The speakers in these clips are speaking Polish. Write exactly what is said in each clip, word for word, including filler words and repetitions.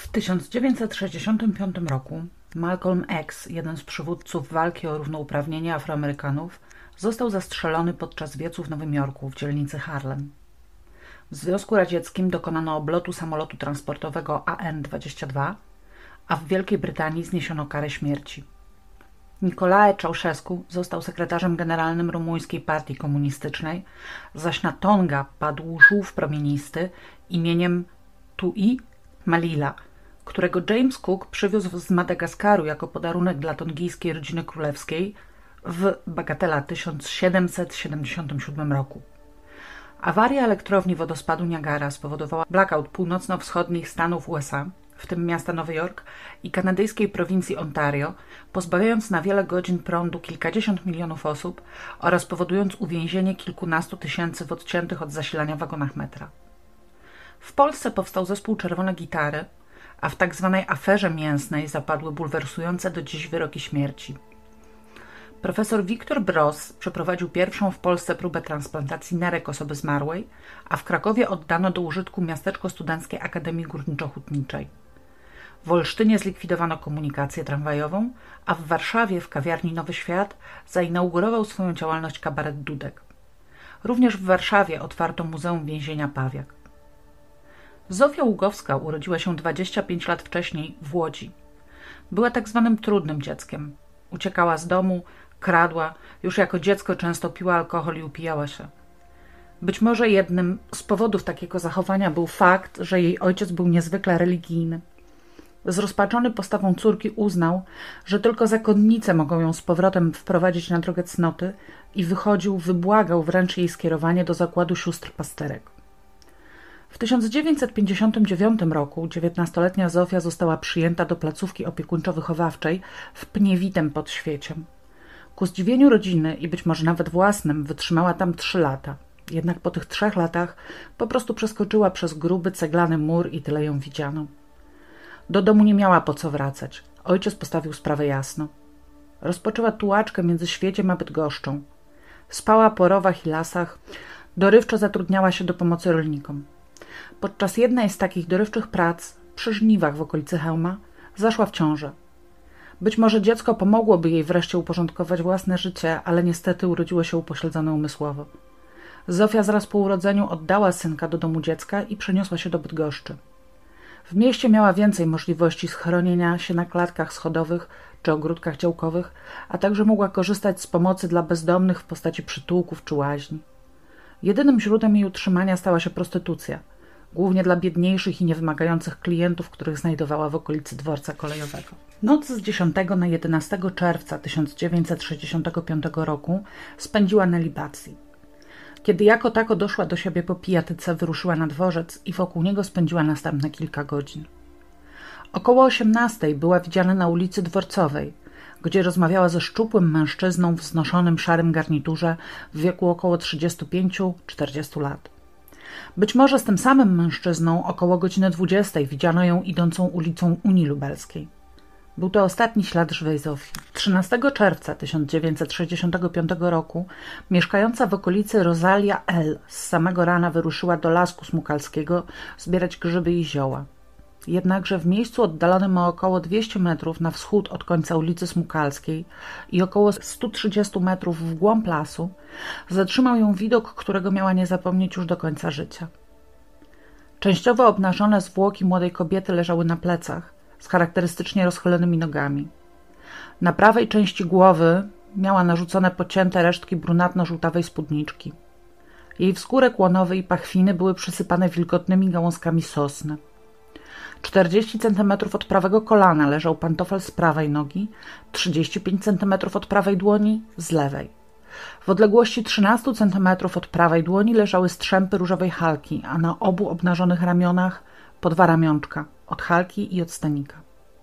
tysiąc dziewięćset sześćdziesiątym piątym roku Malcolm X, jeden z przywódców walki o równouprawnienie Afroamerykanów, został zastrzelony podczas wiecu w Nowym Jorku w dzielnicy Harlem. W Związku Radzieckim dokonano oblotu samolotu transportowego A N dwadzieścia dwa, a w Wielkiej Brytanii zniesiono karę śmierci. Nicolae Ceausescu został sekretarzem generalnym rumuńskiej partii komunistycznej, zaś na Tonga padł żółw promienisty imieniem Tui Malila, którego James Cook przywiózł z Madagaskaru jako podarunek dla tongijskiej rodziny królewskiej w bagatela tysiąc siedemset siedemdziesiątym siódmym roku. Awaria elektrowni wodospadu Niagara spowodowała blackout północno-wschodnich stanów U S A, w tym miasta Nowy Jork i kanadyjskiej prowincji Ontario, pozbawiając na wiele godzin prądu kilkadziesiąt milionów osób oraz powodując uwięzienie kilkunastu tysięcy w odciętych od zasilania wagonach metra. W Polsce powstał zespół Czerwone Gitary, a w tak zwanej aferze mięsnej zapadły bulwersujące do dziś wyroki śmierci. Profesor Wiktor Bross przeprowadził pierwszą w Polsce próbę transplantacji nerek osoby zmarłej, a w Krakowie oddano do użytku miasteczko studenckie Akademii Górniczo-Hutniczej. W Olsztynie zlikwidowano komunikację tramwajową, a w Warszawie w kawiarni Nowy Świat zainaugurował swoją działalność kabaret Dudek. Również w Warszawie otwarto Muzeum Więzienia Pawiak. Zofia Ługowska urodziła się dwadzieścia pięć lat wcześniej w Łodzi. Była tak zwanym trudnym dzieckiem. Uciekała z domu, kradła, już jako dziecko często piła alkohol i upijała się. Być może jednym z powodów takiego zachowania był fakt, że jej ojciec był niezwykle religijny. Zrozpaczony postawą córki uznał, że tylko zakonnice mogą ją z powrotem wprowadzić na drogę cnoty i wychodził, wybłagał wręcz jej skierowanie do zakładu sióstr pasterek. W tysiąc dziewięćset pięćdziesiątym dziewiątym roku dziewiętnastoletnia Zofia została przyjęta do placówki opiekuńczo-wychowawczej w Pniewitym pod Świeciem. Ku zdziwieniu rodziny i być może nawet własnym wytrzymała tam trzy lata. Jednak po tych trzech latach po prostu przeskoczyła przez gruby ceglany mur i tyle ją widziano. Do domu nie miała po co wracać. Ojciec postawił sprawę jasno. Rozpoczęła tułaczkę między Świeciem a Bydgoszczą. Spała po rowach i lasach. Dorywczo zatrudniała się do pomocy rolnikom. Podczas jednej z takich dorywczych prac, przy żniwach w okolicy Chełma, zaszła w ciążę. Być może dziecko pomogłoby jej wreszcie uporządkować własne życie, ale niestety urodziło się upośledzone umysłowo. Zofia zaraz po urodzeniu oddała synka do domu dziecka i przeniosła się do Bydgoszczy. W mieście miała więcej możliwości schronienia się na klatkach schodowych czy ogródkach działkowych, a także mogła korzystać z pomocy dla bezdomnych w postaci przytułków czy łaźni. Jedynym źródłem jej utrzymania stała się prostytucja, głównie dla biedniejszych i niewymagających klientów, których znajdowała w okolicy dworca kolejowego. Noc z dziesiątego na jedenastego czerwca tysiąc dziewięćset sześćdziesiątego piątego roku spędziła na libacji. Kiedy jako tako doszła do siebie po pijatyce, wyruszyła na dworzec i wokół niego spędziła następne kilka godzin. Około osiemnastej była widziana na ulicy Dworcowej, gdzie rozmawiała ze szczupłym mężczyzną w znoszonym szarym garniturze w wieku około trzydziestu pięciu do czterdziestu lat. Być może z tym samym mężczyzną około godziny dwudziestej widziano ją idącą ulicą Unii Lubelskiej. Był to ostatni ślad żywej Zofii. trzynastego czerwca tysiąc dziewięćset sześćdziesiątego piątego roku mieszkająca w okolicy Rosalia L. z samego rana wyruszyła do Lasku Smukalskiego zbierać grzyby i zioła. Jednakże w miejscu oddalonym o około dwieście metrów na wschód od końca ulicy Smukalskiej i około stu trzydziestu metrów w głąb lasu zatrzymał ją widok, którego miała nie zapomnieć już do końca życia. Częściowo obnażone zwłoki młodej kobiety leżały na plecach, z charakterystycznie rozchylonymi nogami. Na prawej części głowy miała narzucone pocięte resztki brunatno-żółtawej spódniczki. Jej wskórek łonowy i pachwiny były przysypane wilgotnymi gałązkami sosny. czterdzieści centymetrów od prawego kolana leżał pantofel z prawej nogi, trzydzieści pięć centymetrów od prawej dłoni z lewej. W odległości trzynastu centymetrów od prawej dłoni leżały strzępy różowej halki, a na obu obnażonych ramionach po dwa ramionczka, od halki i od stanika.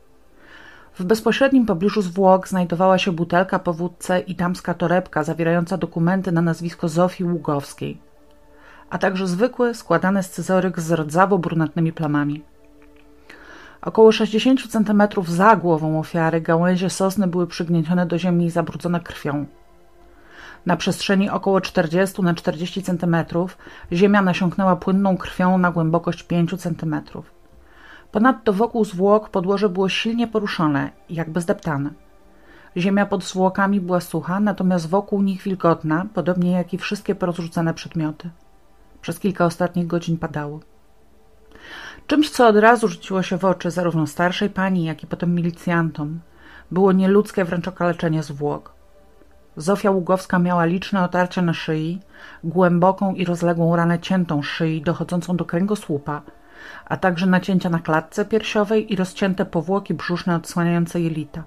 W bezpośrednim pobliżu zwłok znajdowała się butelka po wódce i damska torebka zawierająca dokumenty na nazwisko Zofii Ługowskiej, a także zwykły, składany scyzoryk z rdzawo-brunatnymi plamami. Około sześćdziesięciu centymetrów za głową ofiary gałęzie sosny były przygniecione do ziemi i zabrudzone krwią. Na przestrzeni około czterdziestu na czterdzieści centymetrów ziemia nasiąknęła płynną krwią na głębokość pięciu centymetrów. Ponadto wokół zwłok podłoże było silnie poruszone, jakby zdeptane. Ziemia pod zwłokami była sucha, natomiast wokół nich wilgotna, podobnie jak i wszystkie porozrzucane przedmioty. Przez kilka ostatnich godzin padało. Czymś, co od razu rzuciło się w oczy zarówno starszej pani, jak i potem milicjantom, było nieludzkie wręcz okaleczenie zwłok. Zofia Ługowska miała liczne otarcia na szyi, głęboką i rozległą ranę ciętą szyi dochodzącą do kręgosłupa, a także nacięcia na klatce piersiowej i rozcięte powłoki brzuszne odsłaniające jelita.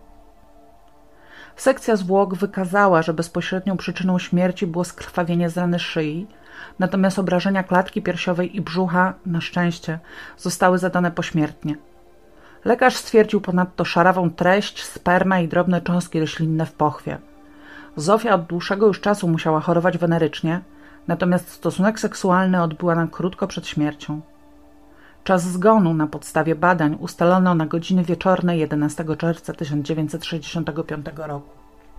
Sekcja zwłok wykazała, że bezpośrednią przyczyną śmierci było skrwawienie z rany szyi, natomiast obrażenia klatki piersiowej i brzucha, na szczęście, zostały zadane pośmiertnie. Lekarz stwierdził ponadto szarawą treść, spermę i drobne cząstki roślinne w pochwie. Zofia od dłuższego już czasu musiała chorować wenerycznie, natomiast stosunek seksualny odbyła nam krótko przed śmiercią. Czas zgonu na podstawie badań ustalono na godziny wieczorne jedenastego czerwca tysiąc dziewięćset sześćdziesiątego piątego roku.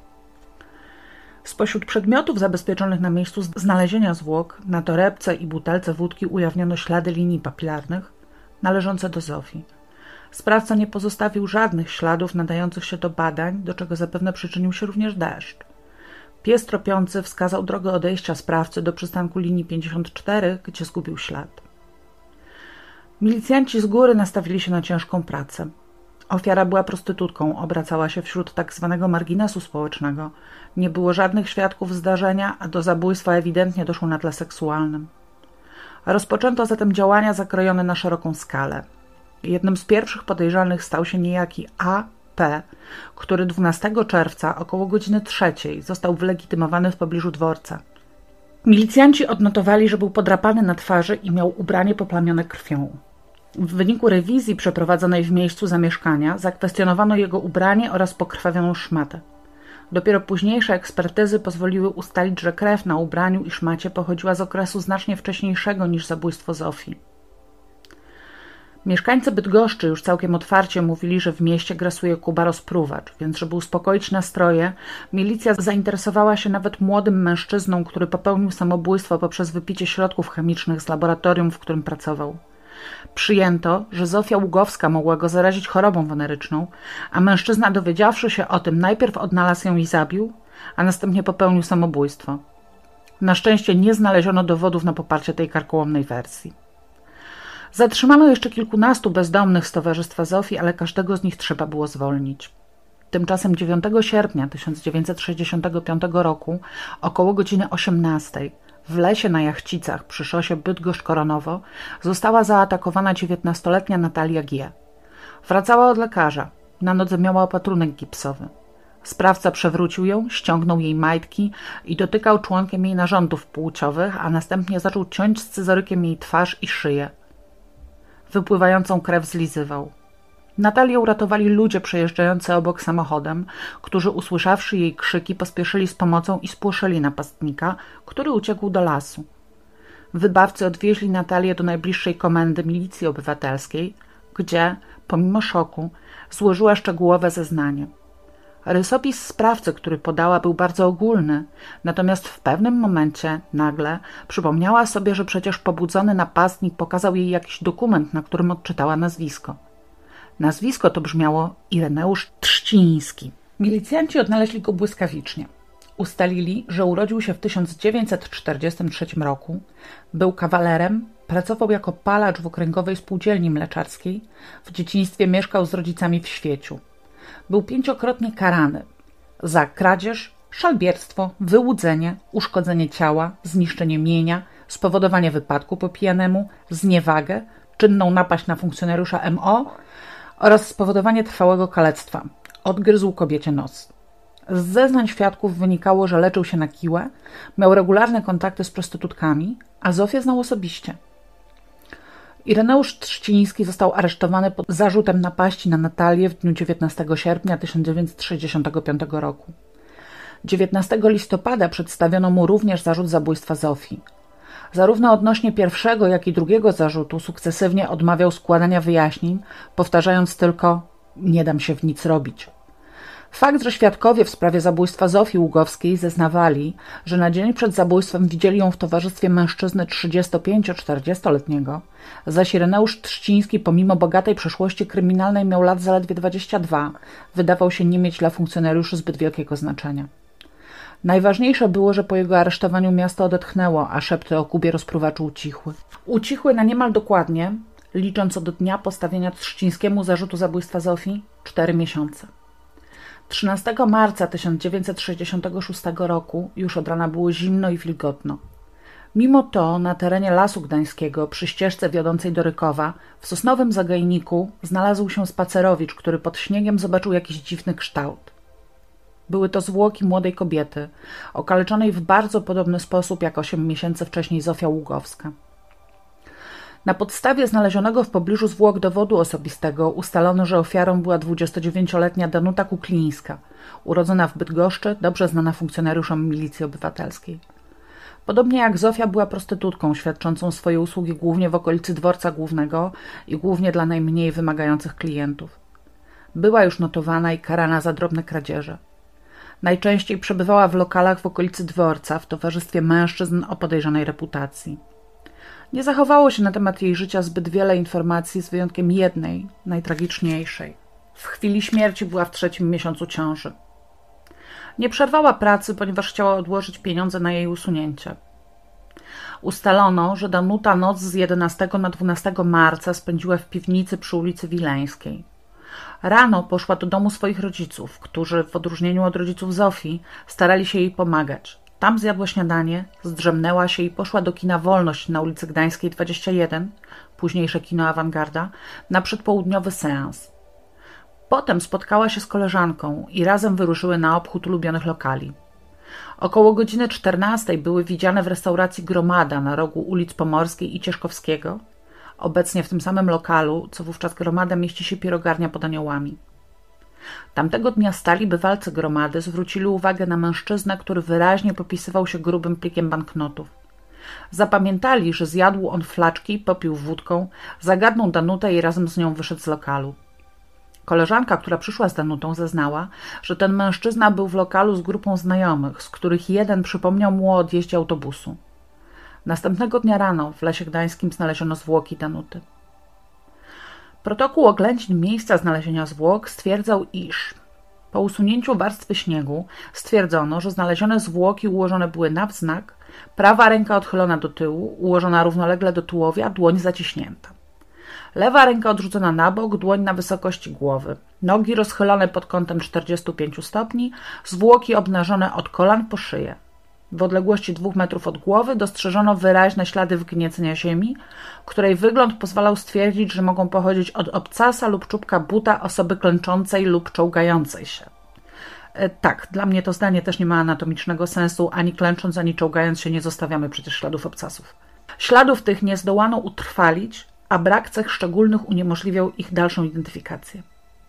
Spośród przedmiotów zabezpieczonych na miejscu znalezienia zwłok na torebce i butelce wódki ujawniono ślady linii papilarnych należące do Zofii. Sprawca nie pozostawił żadnych śladów nadających się do badań, do czego zapewne przyczynił się również deszcz. Pies tropiący wskazał drogę odejścia sprawcy do przystanku linii pięćdziesiąt cztery, gdzie zgubił ślad. Milicjanci z góry nastawili się na ciężką pracę. Ofiara była prostytutką, obracała się wśród tak zwanego marginesu społecznego. Nie było żadnych świadków zdarzenia, a do zabójstwa ewidentnie doszło na tle seksualnym. Rozpoczęto zatem działania zakrojone na szeroką skalę. Jednym z pierwszych podejrzanych stał się niejaki A P, który dwunastego czerwca około godziny trzeciej został wylegitymowany w pobliżu dworca. Milicjanci odnotowali, że był podrapany na twarzy i miał ubranie poplamione krwią. W wyniku rewizji przeprowadzonej w miejscu zamieszkania zakwestionowano jego ubranie oraz pokrwawioną szmatę. Dopiero późniejsze ekspertyzy pozwoliły ustalić, że krew na ubraniu i szmacie pochodziła z okresu znacznie wcześniejszego niż zabójstwo Zofii. Mieszkańcy Bydgoszczy już całkiem otwarcie mówili, że w mieście grasuje Kuba rozpruwacz, więc żeby uspokoić nastroje, milicja zainteresowała się nawet młodym mężczyzną, który popełnił samobójstwo poprzez wypicie środków chemicznych z laboratorium, w którym pracował. Przyjęto, że Zofia Ługowska mogła go zarazić chorobą weneryczną, a mężczyzna, dowiedziawszy się o tym, najpierw odnalazł ją i zabił, a następnie popełnił samobójstwo. Na szczęście nie znaleziono dowodów na poparcie tej karkołomnej wersji. Zatrzymano jeszcze kilkunastu bezdomnych z towarzystwa Zofii, ale każdego z nich trzeba było zwolnić. Tymczasem dziewiątego sierpnia tysiąc dziewięćset sześćdziesiątego piątego roku około godziny osiemnastej w lesie na Jachcicach przy szosie Bydgoszcz-Koronowo została zaatakowana dziewiętnastoletnia Natalia G. Wracała od lekarza. Na nodze miała opatrunek gipsowy. Sprawca przewrócił ją, ściągnął jej majtki i dotykał członkiem jej narządów płciowych, a następnie zaczął ciąć scyzorykiem jej twarz i szyję. Wypływającą krew zlizywał. Natalię uratowali ludzie przejeżdżający obok samochodem, którzy usłyszawszy jej krzyki pospieszyli z pomocą i spłoszyli napastnika, który uciekł do lasu. Wybawcy odwieźli Natalię do najbliższej komendy milicji obywatelskiej, gdzie, pomimo szoku, złożyła szczegółowe zeznanie. Rysopis sprawcy, który podała, był bardzo ogólny, natomiast w pewnym momencie, nagle, przypomniała sobie, że przecież pobudzony napastnik pokazał jej jakiś dokument, na którym odczytała nazwisko. Nazwisko to brzmiało Ireneusz Trzciński. Milicjanci odnaleźli go błyskawicznie. Ustalili, że urodził się w tysiąc dziewięćset czterdziestym trzecim roku, był kawalerem, pracował jako palacz w okręgowej spółdzielni mleczarskiej, w dzieciństwie mieszkał z rodzicami w Świeciu. Był pięciokrotnie karany za kradzież, szalbierstwo, wyłudzenie, uszkodzenie ciała, zniszczenie mienia, spowodowanie wypadku po pijanemu, zniewagę, czynną napaść na funkcjonariusza M O oraz spowodowanie trwałego kalectwa. Odgryzł kobiecie nos. Z zeznań świadków wynikało, że leczył się na kiłę, miał regularne kontakty z prostytutkami, a Zofię znał osobiście. Ireneusz Trzciński został aresztowany pod zarzutem napaści na Natalię w dniu dziewiętnastego sierpnia tysiąc dziewięćset sześćdziesiątego piątego roku. dziewiętnastego listopada przedstawiono mu również zarzut zabójstwa Zofii. Zarówno odnośnie pierwszego, jak i drugiego zarzutu sukcesywnie odmawiał składania wyjaśnień, powtarzając tylko: nie dam się w nic robić. Fakt, że świadkowie w sprawie zabójstwa Zofii Ługowskiej zeznawali, że na dzień przed zabójstwem widzieli ją w towarzystwie mężczyzny trzydziesto-pięcio-czterdziestoletniego, zaś Ireneusz Trzciński pomimo bogatej przeszłości kryminalnej miał lat zaledwie dwadzieścia dwa, wydawał się nie mieć dla funkcjonariuszy zbyt wielkiego znaczenia. Najważniejsze było, że po jego aresztowaniu miasto odetchnęło, a szepty o Kubie rozpruwaczu ucichły. Ucichły na niemal dokładnie, licząc od dnia postawienia Trzcińskiemu zarzutu zabójstwa Zofii, cztery miesiące. trzynastego marca tysiąc dziewięćset sześćdziesiątego szóstego roku już od rana było zimno i wilgotno. Mimo to na terenie Lasu Gdańskiego, przy ścieżce wiodącej do Rykowa, w sosnowym zagajniku znalazł się spacerowicz, który pod śniegiem zobaczył jakiś dziwny kształt. Były to zwłoki młodej kobiety, okaleczonej w bardzo podobny sposób jak osiem miesięcy wcześniej Zofia Ługowska. Na podstawie znalezionego w pobliżu zwłok dowodu osobistego ustalono, że ofiarą była dwudziestodziewięcioletnia Danuta Kuklińska, urodzona w Bydgoszczy, dobrze znana funkcjonariuszom Milicji Obywatelskiej. Podobnie jak Zofia była prostytutką, świadczącą swoje usługi głównie w okolicy Dworca Głównego i głównie dla najmniej wymagających klientów. Była już notowana i karana za drobne kradzieże. Najczęściej przebywała w lokalach w okolicy dworca w towarzystwie mężczyzn o podejrzanej reputacji. Nie zachowało się na temat jej życia zbyt wiele informacji z wyjątkiem jednej, najtragiczniejszej. W chwili śmierci była w trzecim miesiącu ciąży. Nie przerwała pracy, ponieważ chciała odłożyć pieniądze na jej usunięcie. Ustalono, że Danuta noc z jedenastego na dwunastego marca spędziła w piwnicy przy ulicy Wileńskiej. Rano poszła do domu swoich rodziców, którzy w odróżnieniu od rodziców Zofii starali się jej pomagać. Tam zjadła śniadanie, zdrzemnęła się i poszła do kina Wolność na ulicy Gdańskiej dwadzieścia jeden, późniejsze kino Awangarda, na przedpołudniowy seans. Potem spotkała się z koleżanką i razem wyruszyły na obchód ulubionych lokali. Około godziny czternastej były widziane w restauracji Gromada na rogu ulic Pomorskiej i Cieszkowskiego. Obecnie w tym samym lokalu, co wówczas Gromada, mieści się pierogarnia pod Aniołami. Tamtego dnia stali bywalcy Gromady zwrócili uwagę na mężczyznę, który wyraźnie popisywał się grubym plikiem banknotów. Zapamiętali, że zjadł on flaczki, popił wódką, zagadnął Danutę i razem z nią wyszedł z lokalu. Koleżanka, która przyszła z Danutą, zeznała, że ten mężczyzna był w lokalu z grupą znajomych, z których jeden przypomniał mu o odjeździe autobusu. Następnego dnia rano w Lesie Gdańskim znaleziono zwłoki Danuty. Protokół oględzin miejsca znalezienia zwłok stwierdzał, iż po usunięciu warstwy śniegu stwierdzono, że znalezione zwłoki ułożone były na wznak, prawa ręka odchylona do tyłu, ułożona równolegle do tułowia, dłoń zaciśnięta. Lewa ręka odrzucona na bok, dłoń na wysokości głowy, nogi rozchylone pod kątem czterdziestu pięciu stopni, zwłoki obnażone od kolan po szyję. W odległości dwóch metrów od głowy dostrzeżono wyraźne ślady wgniecenia ziemi, której wygląd pozwalał stwierdzić, że mogą pochodzić od obcasa lub czubka buta osoby klęczącej lub czołgającej się. E, tak, dla mnie to zdanie też nie ma anatomicznego sensu, ani klęcząc, ani czołgając się nie zostawiamy przecież śladów obcasów. Śladów tych nie zdołano utrwalić, a brak cech szczególnych uniemożliwiał ich dalszą identyfikację.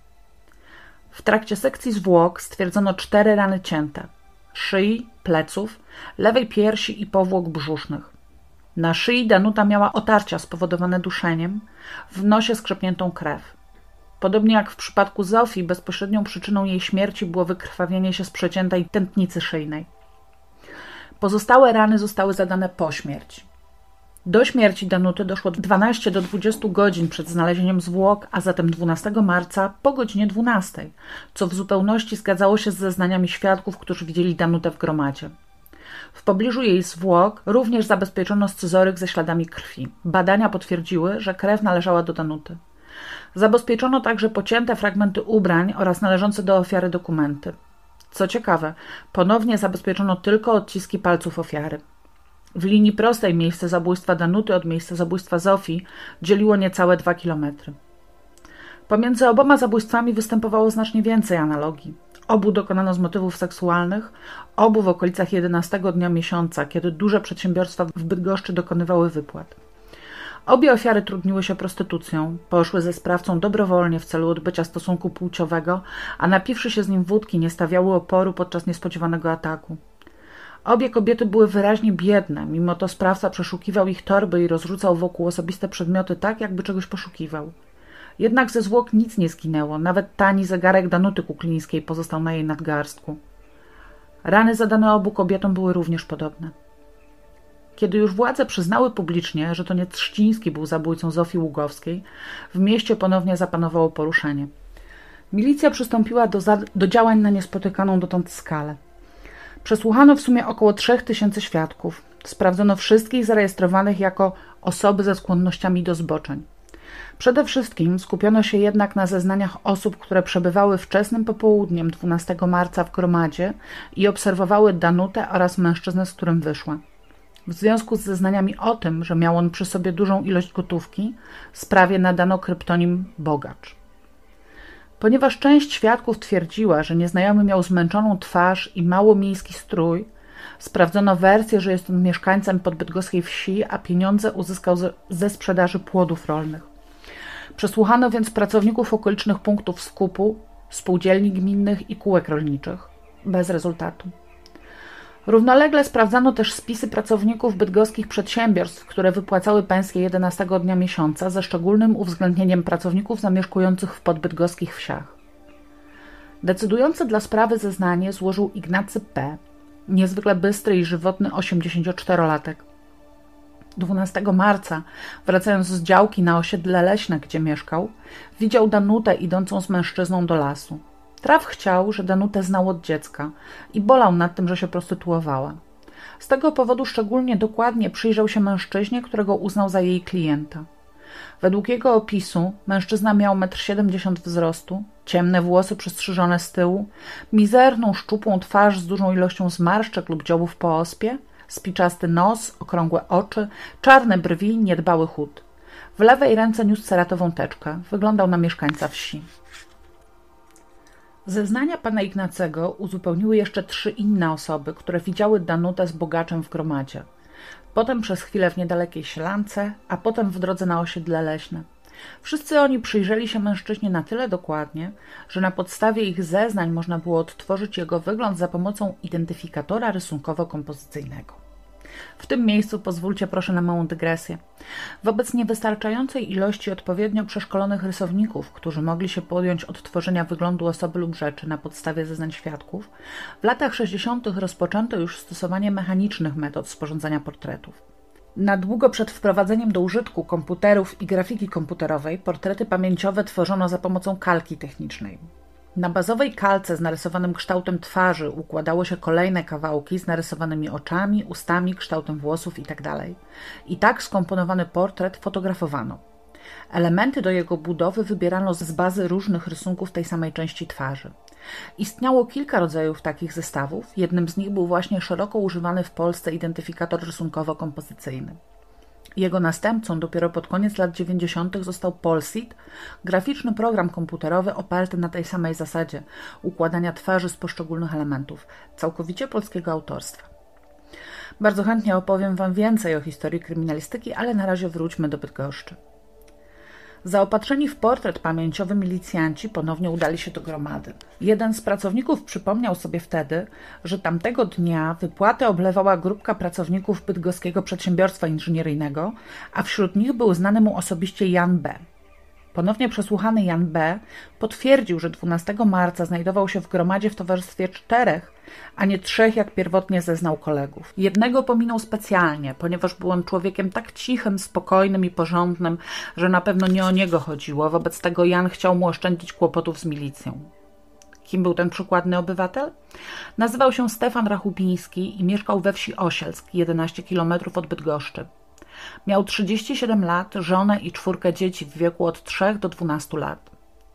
W trakcie sekcji zwłok stwierdzono cztery rany cięte: szyi, pleców, lewej piersi i powłok brzusznych. Na szyi Danuta miała otarcia spowodowane duszeniem, w nosie skrzepniętą krew. Podobnie jak w przypadku Zofii, bezpośrednią przyczyną jej śmierci było wykrwawienie się z przeciętej tętnicy szyjnej. Pozostałe rany zostały zadane po śmierci. Do śmierci Danuty doszło dwanaście do dwudziestu godzin przed znalezieniem zwłok, a zatem dwunastego marca po godzinie dwunastej, co w zupełności zgadzało się z zeznaniami świadków, którzy widzieli Danutę w Gromadzie. W pobliżu jej zwłok również zabezpieczono scyzoryk ze śladami krwi. Badania potwierdziły, że krew należała do Danuty. Zabezpieczono także pocięte fragmenty ubrań oraz należące do ofiary dokumenty. Co ciekawe, ponownie zabezpieczono tylko odciski palców ofiary. W linii prostej miejsce zabójstwa Danuty od miejsca zabójstwa Zofii dzieliło niecałe dwa kilometry. Pomiędzy oboma zabójstwami występowało znacznie więcej analogii. Obu dokonano z motywów seksualnych, obu w okolicach jedenastego dnia miesiąca, kiedy duże przedsiębiorstwa w Bydgoszczy dokonywały wypłat. Obie ofiary trudniły się prostytucją, poszły ze sprawcą dobrowolnie w celu odbycia stosunku płciowego, a napiwszy się z nim wódki nie stawiały oporu podczas niespodziewanego ataku. Obie kobiety były wyraźnie biedne, mimo to sprawca przeszukiwał ich torby i rozrzucał wokół osobiste przedmioty tak, jakby czegoś poszukiwał. Jednak ze zwłok nic nie zginęło, nawet tani zegarek Danuty Kuklińskiej pozostał na jej nadgarstku. Rany zadane obu kobietom były również podobne. Kiedy już władze przyznały publicznie, że to nie Trzciński był zabójcą Zofii Ługowskiej, w mieście ponownie zapanowało poruszenie. Milicja przystąpiła do, do działań na niespotykaną dotąd skalę. Przesłuchano w sumie około trzech tysięcy świadków. Sprawdzono wszystkich zarejestrowanych jako osoby ze skłonnościami do zboczeń. Przede wszystkim skupiono się jednak na zeznaniach osób, które przebywały wczesnym popołudniem dwunastego marca w gromadzie i obserwowały Danutę oraz mężczyznę, z którym wyszła. W związku z zeznaniami o tym, że miał on przy sobie dużą ilość gotówki, sprawie nadano kryptonim Bogacz. Ponieważ część świadków twierdziła, że nieznajomy miał zmęczoną twarz i mało miejski strój, sprawdzono wersję, że jest on mieszkańcem podbydgoskiej wsi, a pieniądze uzyskał ze, ze sprzedaży płodów rolnych. Przesłuchano więc pracowników okolicznych punktów skupu, spółdzielni gminnych i kółek rolniczych. Bez rezultatu. Równolegle sprawdzano też spisy pracowników bydgoskich przedsiębiorstw, które wypłacały pensje jedenastego dnia miesiąca, ze szczególnym uwzględnieniem pracowników zamieszkujących w podbydgoskich wsiach. Decydujące dla sprawy zeznanie złożył Ignacy P., niezwykle bystry i żywotny osiemdziesięcioczterolatek. dwunastego marca, wracając z działki na osiedle leśne, gdzie mieszkał, widział Danutę idącą z mężczyzną do lasu. Traf chciał, że Danutę znał od dziecka i bolał nad tym, że się prostytuowała. Z tego powodu szczególnie dokładnie przyjrzał się mężczyźnie, którego uznał za jej klienta. Według jego opisu mężczyzna miał metr siedemdziesiąt wzrostu, ciemne włosy przystrzyżone z tyłu, mizerną, szczupłą twarz z dużą ilością zmarszczek lub dziobów po ospie, spiczasty nos, okrągłe oczy, czarne brwi, niedbały chód. W lewej ręce niósł ceratową teczkę. Wyglądał na mieszkańca wsi. Zeznania pana Ignacego uzupełniły jeszcze trzy inne osoby, które widziały Danutę z Bogaczem w gromadzie. Potem przez chwilę w niedalekiej sielance, a potem w drodze na osiedle leśne. Wszyscy oni przyjrzeli się mężczyźnie na tyle dokładnie, że na podstawie ich zeznań można było odtworzyć jego wygląd za pomocą identyfikatora rysunkowo-kompozycyjnego. W tym miejscu pozwólcie proszę na małą dygresję. Wobec niewystarczającej ilości odpowiednio przeszkolonych rysowników, którzy mogli się podjąć odtworzenia wyglądu osoby lub rzeczy na podstawie zeznań świadków, w latach sześćdziesiątych rozpoczęto już stosowanie mechanicznych metod sporządzania portretów. Na długo przed wprowadzeniem do użytku komputerów i grafiki komputerowej portrety pamięciowe tworzono za pomocą kalki technicznej. Na bazowej kalce z narysowanym kształtem twarzy układało się kolejne kawałki z narysowanymi oczami, ustami, kształtem włosów itd. I tak skomponowany portret fotografowano. Elementy do jego budowy wybierano z bazy różnych rysunków tej samej części twarzy. Istniało kilka rodzajów takich zestawów, jednym z nich był właśnie szeroko używany w Polsce identyfikator rysunkowo-kompozycyjny. Jego następcą dopiero pod koniec lat dziewięćdziesiątych został Polsit, graficzny program komputerowy oparty na tej samej zasadzie układania twarzy z poszczególnych elementów, całkowicie polskiego autorstwa. Bardzo chętnie opowiem Wam więcej o historii kryminalistyki, ale na razie wróćmy do Bydgoszczy. Zaopatrzeni w portret pamięciowy milicjanci ponownie udali się do gromady. Jeden z pracowników przypomniał sobie wtedy, że tamtego dnia wypłatę oblewała grupka pracowników bydgoskiego przedsiębiorstwa inżynieryjnego, a wśród nich był znany mu osobiście Jan B. Ponownie przesłuchany Jan B. potwierdził, że dwunastego marca znajdował się w gromadzie w towarzystwie czterech, a nie trzech, jak pierwotnie zeznał kolegów. Jednego pominął specjalnie, ponieważ był on człowiekiem tak cichym, spokojnym i porządnym, że na pewno nie o niego chodziło, wobec tego Jan chciał mu oszczędzić kłopotów z milicją. Kim był ten przykładny obywatel? Nazywał się Stefan Rachubiński i mieszkał we wsi Osielsk, jedenaście kilometrów od Bydgoszczy. Miał trzydzieści siedem lat, żonę i czwórkę dzieci w wieku od trzech do dwunastu lat.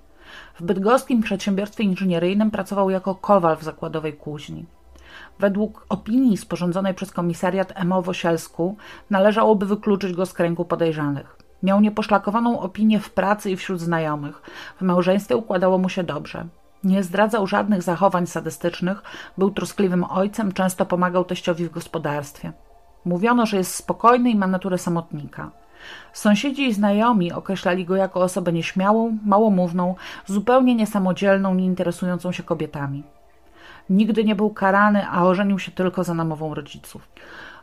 W bydgoskim przedsiębiorstwie inżynieryjnym pracował jako kowal w zakładowej kuźni. Według opinii sporządzonej przez komisariat M O w Osielsku należałoby wykluczyć go z kręgu podejrzanych. Miał nieposzlakowaną opinię w pracy i wśród znajomych. W małżeństwie układało mu się dobrze. Nie zdradzał żadnych zachowań sadystycznych, był troskliwym ojcem, często pomagał teściowi w gospodarstwie. Mówiono, że jest spokojny i ma naturę samotnika. Sąsiedzi i znajomi określali go jako osobę nieśmiałą, małomówną, zupełnie niesamodzielną, nie interesującą się kobietami. Nigdy nie był karany, a ożenił się tylko za namową rodziców.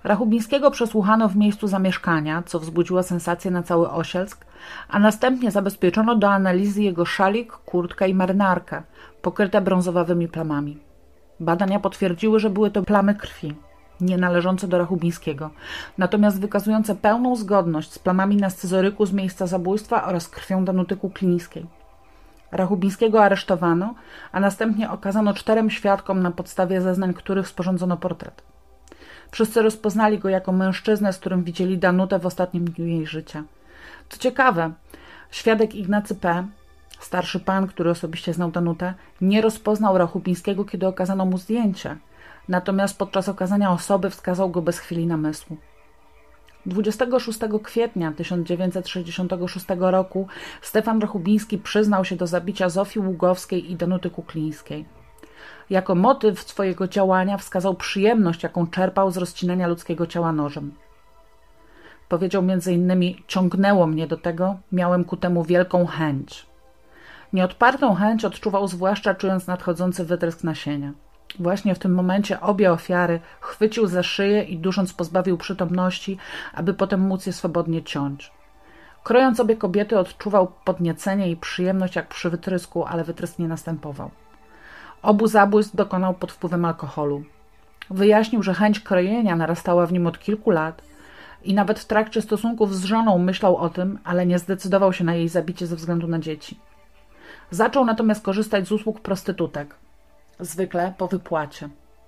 Rachubińskiego przesłuchano w miejscu zamieszkania, co wzbudziło sensację na cały Osielsk, a następnie zabezpieczono do analizy jego szalik, kurtkę i marynarkę, pokryte brązowawymi plamami. Badania potwierdziły, że były to plamy krwi, nie należące do Rachubińskiego, natomiast wykazujące pełną zgodność z plamami na scyzoryku z miejsca zabójstwa oraz krwią Danuty Kuklińskiej. Rachubińskiego aresztowano, a następnie okazano czterem świadkom, na podstawie zeznań których sporządzono portret. Wszyscy rozpoznali go jako mężczyznę, z którym widzieli Danutę w ostatnim dniu jej życia. Co ciekawe, świadek Ignacy P., starszy pan, który osobiście znał Danutę, nie rozpoznał Rachubińskiego, kiedy okazano mu zdjęcie, natomiast podczas okazania osoby wskazał go bez chwili namysłu. dwudziestego szóstego kwietnia tysiąc dziewięćset sześćdziesiątego szóstego roku Stefan Rachubiński przyznał się do zabicia Zofii Ługowskiej i Danuty Kuklińskiej. Jako motyw swojego działania wskazał przyjemność, jaką czerpał z rozcinania ludzkiego ciała nożem. Powiedział między innymi: ciągnęło mnie do tego, miałem ku temu wielką chęć. Nieodpartą chęć odczuwał zwłaszcza czując nadchodzący wytrysk nasienia. Właśnie w tym momencie obie ofiary chwycił za szyję i dusząc pozbawił przytomności, aby potem móc je swobodnie ciąć. Krojąc obie kobiety odczuwał podniecenie i przyjemność jak przy wytrysku, ale wytrysk nie następował. Obu zabójstw dokonał pod wpływem alkoholu. Wyjaśnił, że chęć krojenia narastała w nim od kilku lat i nawet w trakcie stosunków z żoną myślał o tym, ale nie zdecydował się na jej zabicie ze względu na dzieci. Zaczął natomiast korzystać z usług prostytutek, zwykle po wypłacie.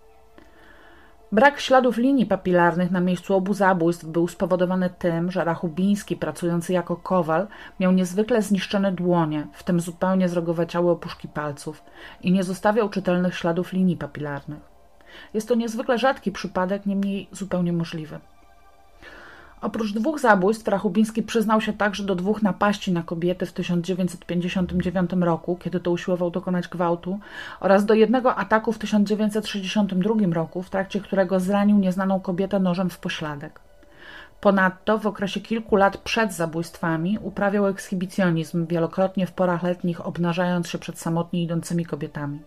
Brak śladów linii papilarnych na miejscu obu zabójstw był spowodowany tym, że Rachubiński, pracujący jako kowal, miał niezwykle zniszczone dłonie, w tym zupełnie zrogowaciałe opuszki palców, i nie zostawiał czytelnych śladów linii papilarnych. Jest to niezwykle rzadki przypadek, niemniej zupełnie możliwy. Oprócz dwóch zabójstw Rachubiński przyznał się także do dwóch napaści na kobiety w tysiąc dziewięćset pięćdziesiątym dziewiątym roku, kiedy to usiłował dokonać gwałtu, oraz do jednego ataku w tysiąc dziewięćset sześćdziesiątym drugim roku, w trakcie którego zranił nieznaną kobietę nożem w pośladek. Ponadto w okresie kilku lat przed zabójstwami uprawiał ekshibicjonizm, wielokrotnie w porach letnich obnażając się przed samotnie idącymi kobietami.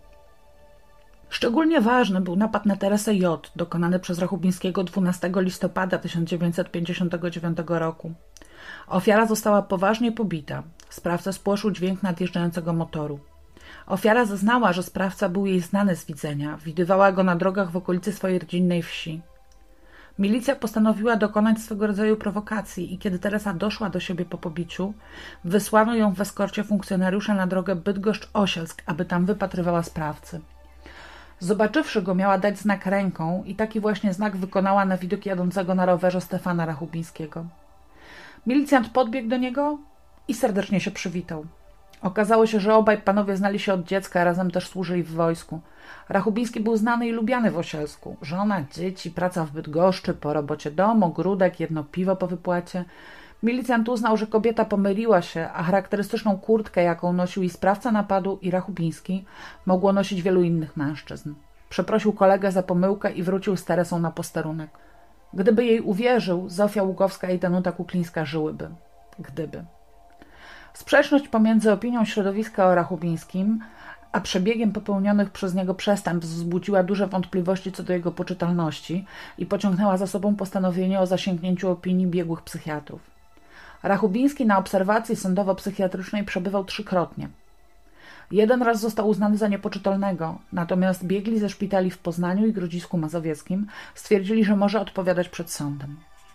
Szczególnie ważny był napad na Teresę J., dokonany przez Rachubińskiego dwunastego listopada tysiąc dziewięćset pięćdziesiątego dziewiątego roku. Ofiara została poważnie pobita. Sprawca spłoszył dźwięk nadjeżdżającego motoru. Ofiara zeznała, że sprawca był jej znany z widzenia, widywała go na drogach w okolicy swojej rodzinnej wsi. Milicja postanowiła dokonać swego rodzaju prowokacji i kiedy Teresa doszła do siebie po pobiciu, wysłano ją w eskorcie funkcjonariusza na drogę Bydgoszcz-Osielsk, aby tam wypatrywała sprawcy. Zobaczywszy go, miała dać znak ręką i taki właśnie znak wykonała na widok jadącego na rowerze Stefana Rachubińskiego. Milicjant podbiegł do niego i serdecznie się przywitał. Okazało się, że obaj panowie znali się od dziecka, a razem też służyli w wojsku. Rachubiński był znany i lubiany w Osielsku. Żona, dzieci, praca w Bydgoszczy, po robocie dom, ogródek, jedno piwo po wypłacie. Milicjant uznał, że kobieta pomyliła się, a charakterystyczną kurtkę, jaką nosił i sprawca napadu, i Rachubiński, mogło nosić wielu innych mężczyzn. Przeprosił kolegę za pomyłkę i wrócił z Teresą na posterunek. Gdyby jej uwierzył, Zofia Ługowska i Danuta Kuklińska żyłyby. Gdyby. Sprzeczność pomiędzy opinią środowiska o Rachubińskim a przebiegiem popełnionych przez niego przestępstw wzbudziła duże wątpliwości co do jego poczytalności i pociągnęła za sobą postanowienie o zasięgnięciu opinii biegłych psychiatrów. Rachubiński na obserwacji sądowo-psychiatrycznej przebywał trzykrotnie. Jeden raz został uznany za niepoczytalnego, natomiast biegli ze szpitali w Poznaniu i Grodzisku Mazowieckim stwierdzili, że może odpowiadać przed sądem.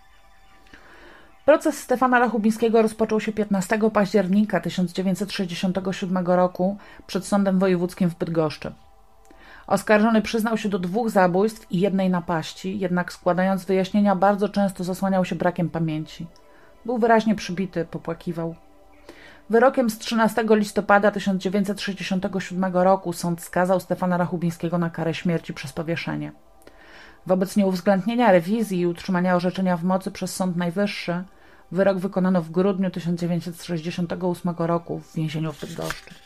Proces Stefana Rachubińskiego rozpoczął się piętnastego października tysiąc dziewięćset sześćdziesiątego siódmego roku przed Sądem Wojewódzkim w Bydgoszczy. Oskarżony przyznał się do dwóch zabójstw i jednej napaści, jednak składając wyjaśnienia bardzo często zasłaniał się brakiem pamięci. Był wyraźnie przybity, popłakiwał. Wyrokiem z trzynastego listopada tysiąc dziewięćset sześćdziesiątego siódmego roku sąd skazał Stefana Rachubińskiego na karę śmierci przez powieszenie. Wobec nieuwzględnienia rewizji i utrzymania orzeczenia w mocy przez Sąd Najwyższy wyrok wykonano w grudniu tysiąc dziewięćset sześćdziesiątego ósmego roku w więzieniu w Bydgoszczy.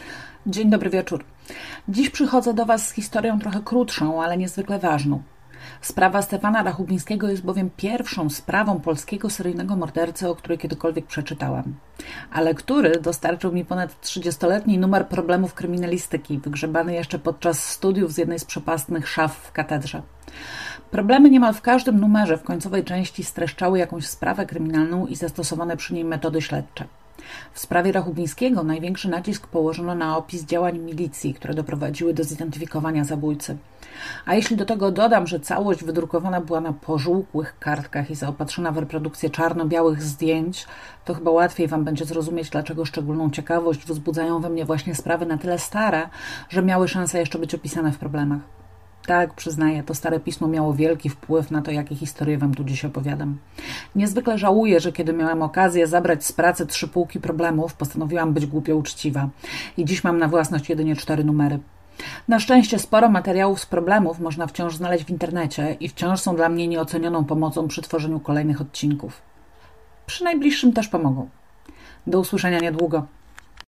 Dzień dobry wieczór. Dziś przychodzę do Was z historią trochę krótszą, ale niezwykle ważną. Sprawa Stefana Rachubińskiego jest bowiem pierwszą sprawą polskiego seryjnego mordercy, o której kiedykolwiek przeczytałam. A lektury dostarczył mi ponad trzydziestoletni numer problemów kryminalistyki, wygrzebany jeszcze podczas studiów z jednej z przepastnych szaf w katedrze. Problemy niemal w każdym numerze w końcowej części streszczały jakąś sprawę kryminalną i zastosowane przy niej metody śledcze. W sprawie Rachubińskiego największy nacisk położono na opis działań milicji, które doprowadziły do zidentyfikowania zabójcy. A jeśli do tego dodam, że całość wydrukowana była na pożółkłych kartkach i zaopatrzona w reprodukcję czarno-białych zdjęć, to chyba łatwiej Wam będzie zrozumieć, dlaczego szczególną ciekawość wzbudzają we mnie właśnie sprawy na tyle stare, że miały szansę jeszcze być opisane w problemach. Tak, przyznaję, to stare pismo miało wielki wpływ na to, jakie historie Wam tu dziś opowiadam. Niezwykle żałuję, że kiedy miałam okazję zabrać z pracy trzy półki problemów, postanowiłam być głupio uczciwa. I dziś mam na własność jedynie cztery numery. Na szczęście sporo materiałów z problemów można wciąż znaleźć w internecie i wciąż są dla mnie nieocenioną pomocą przy tworzeniu kolejnych odcinków. Przy najbliższym też pomogą. Do usłyszenia niedługo.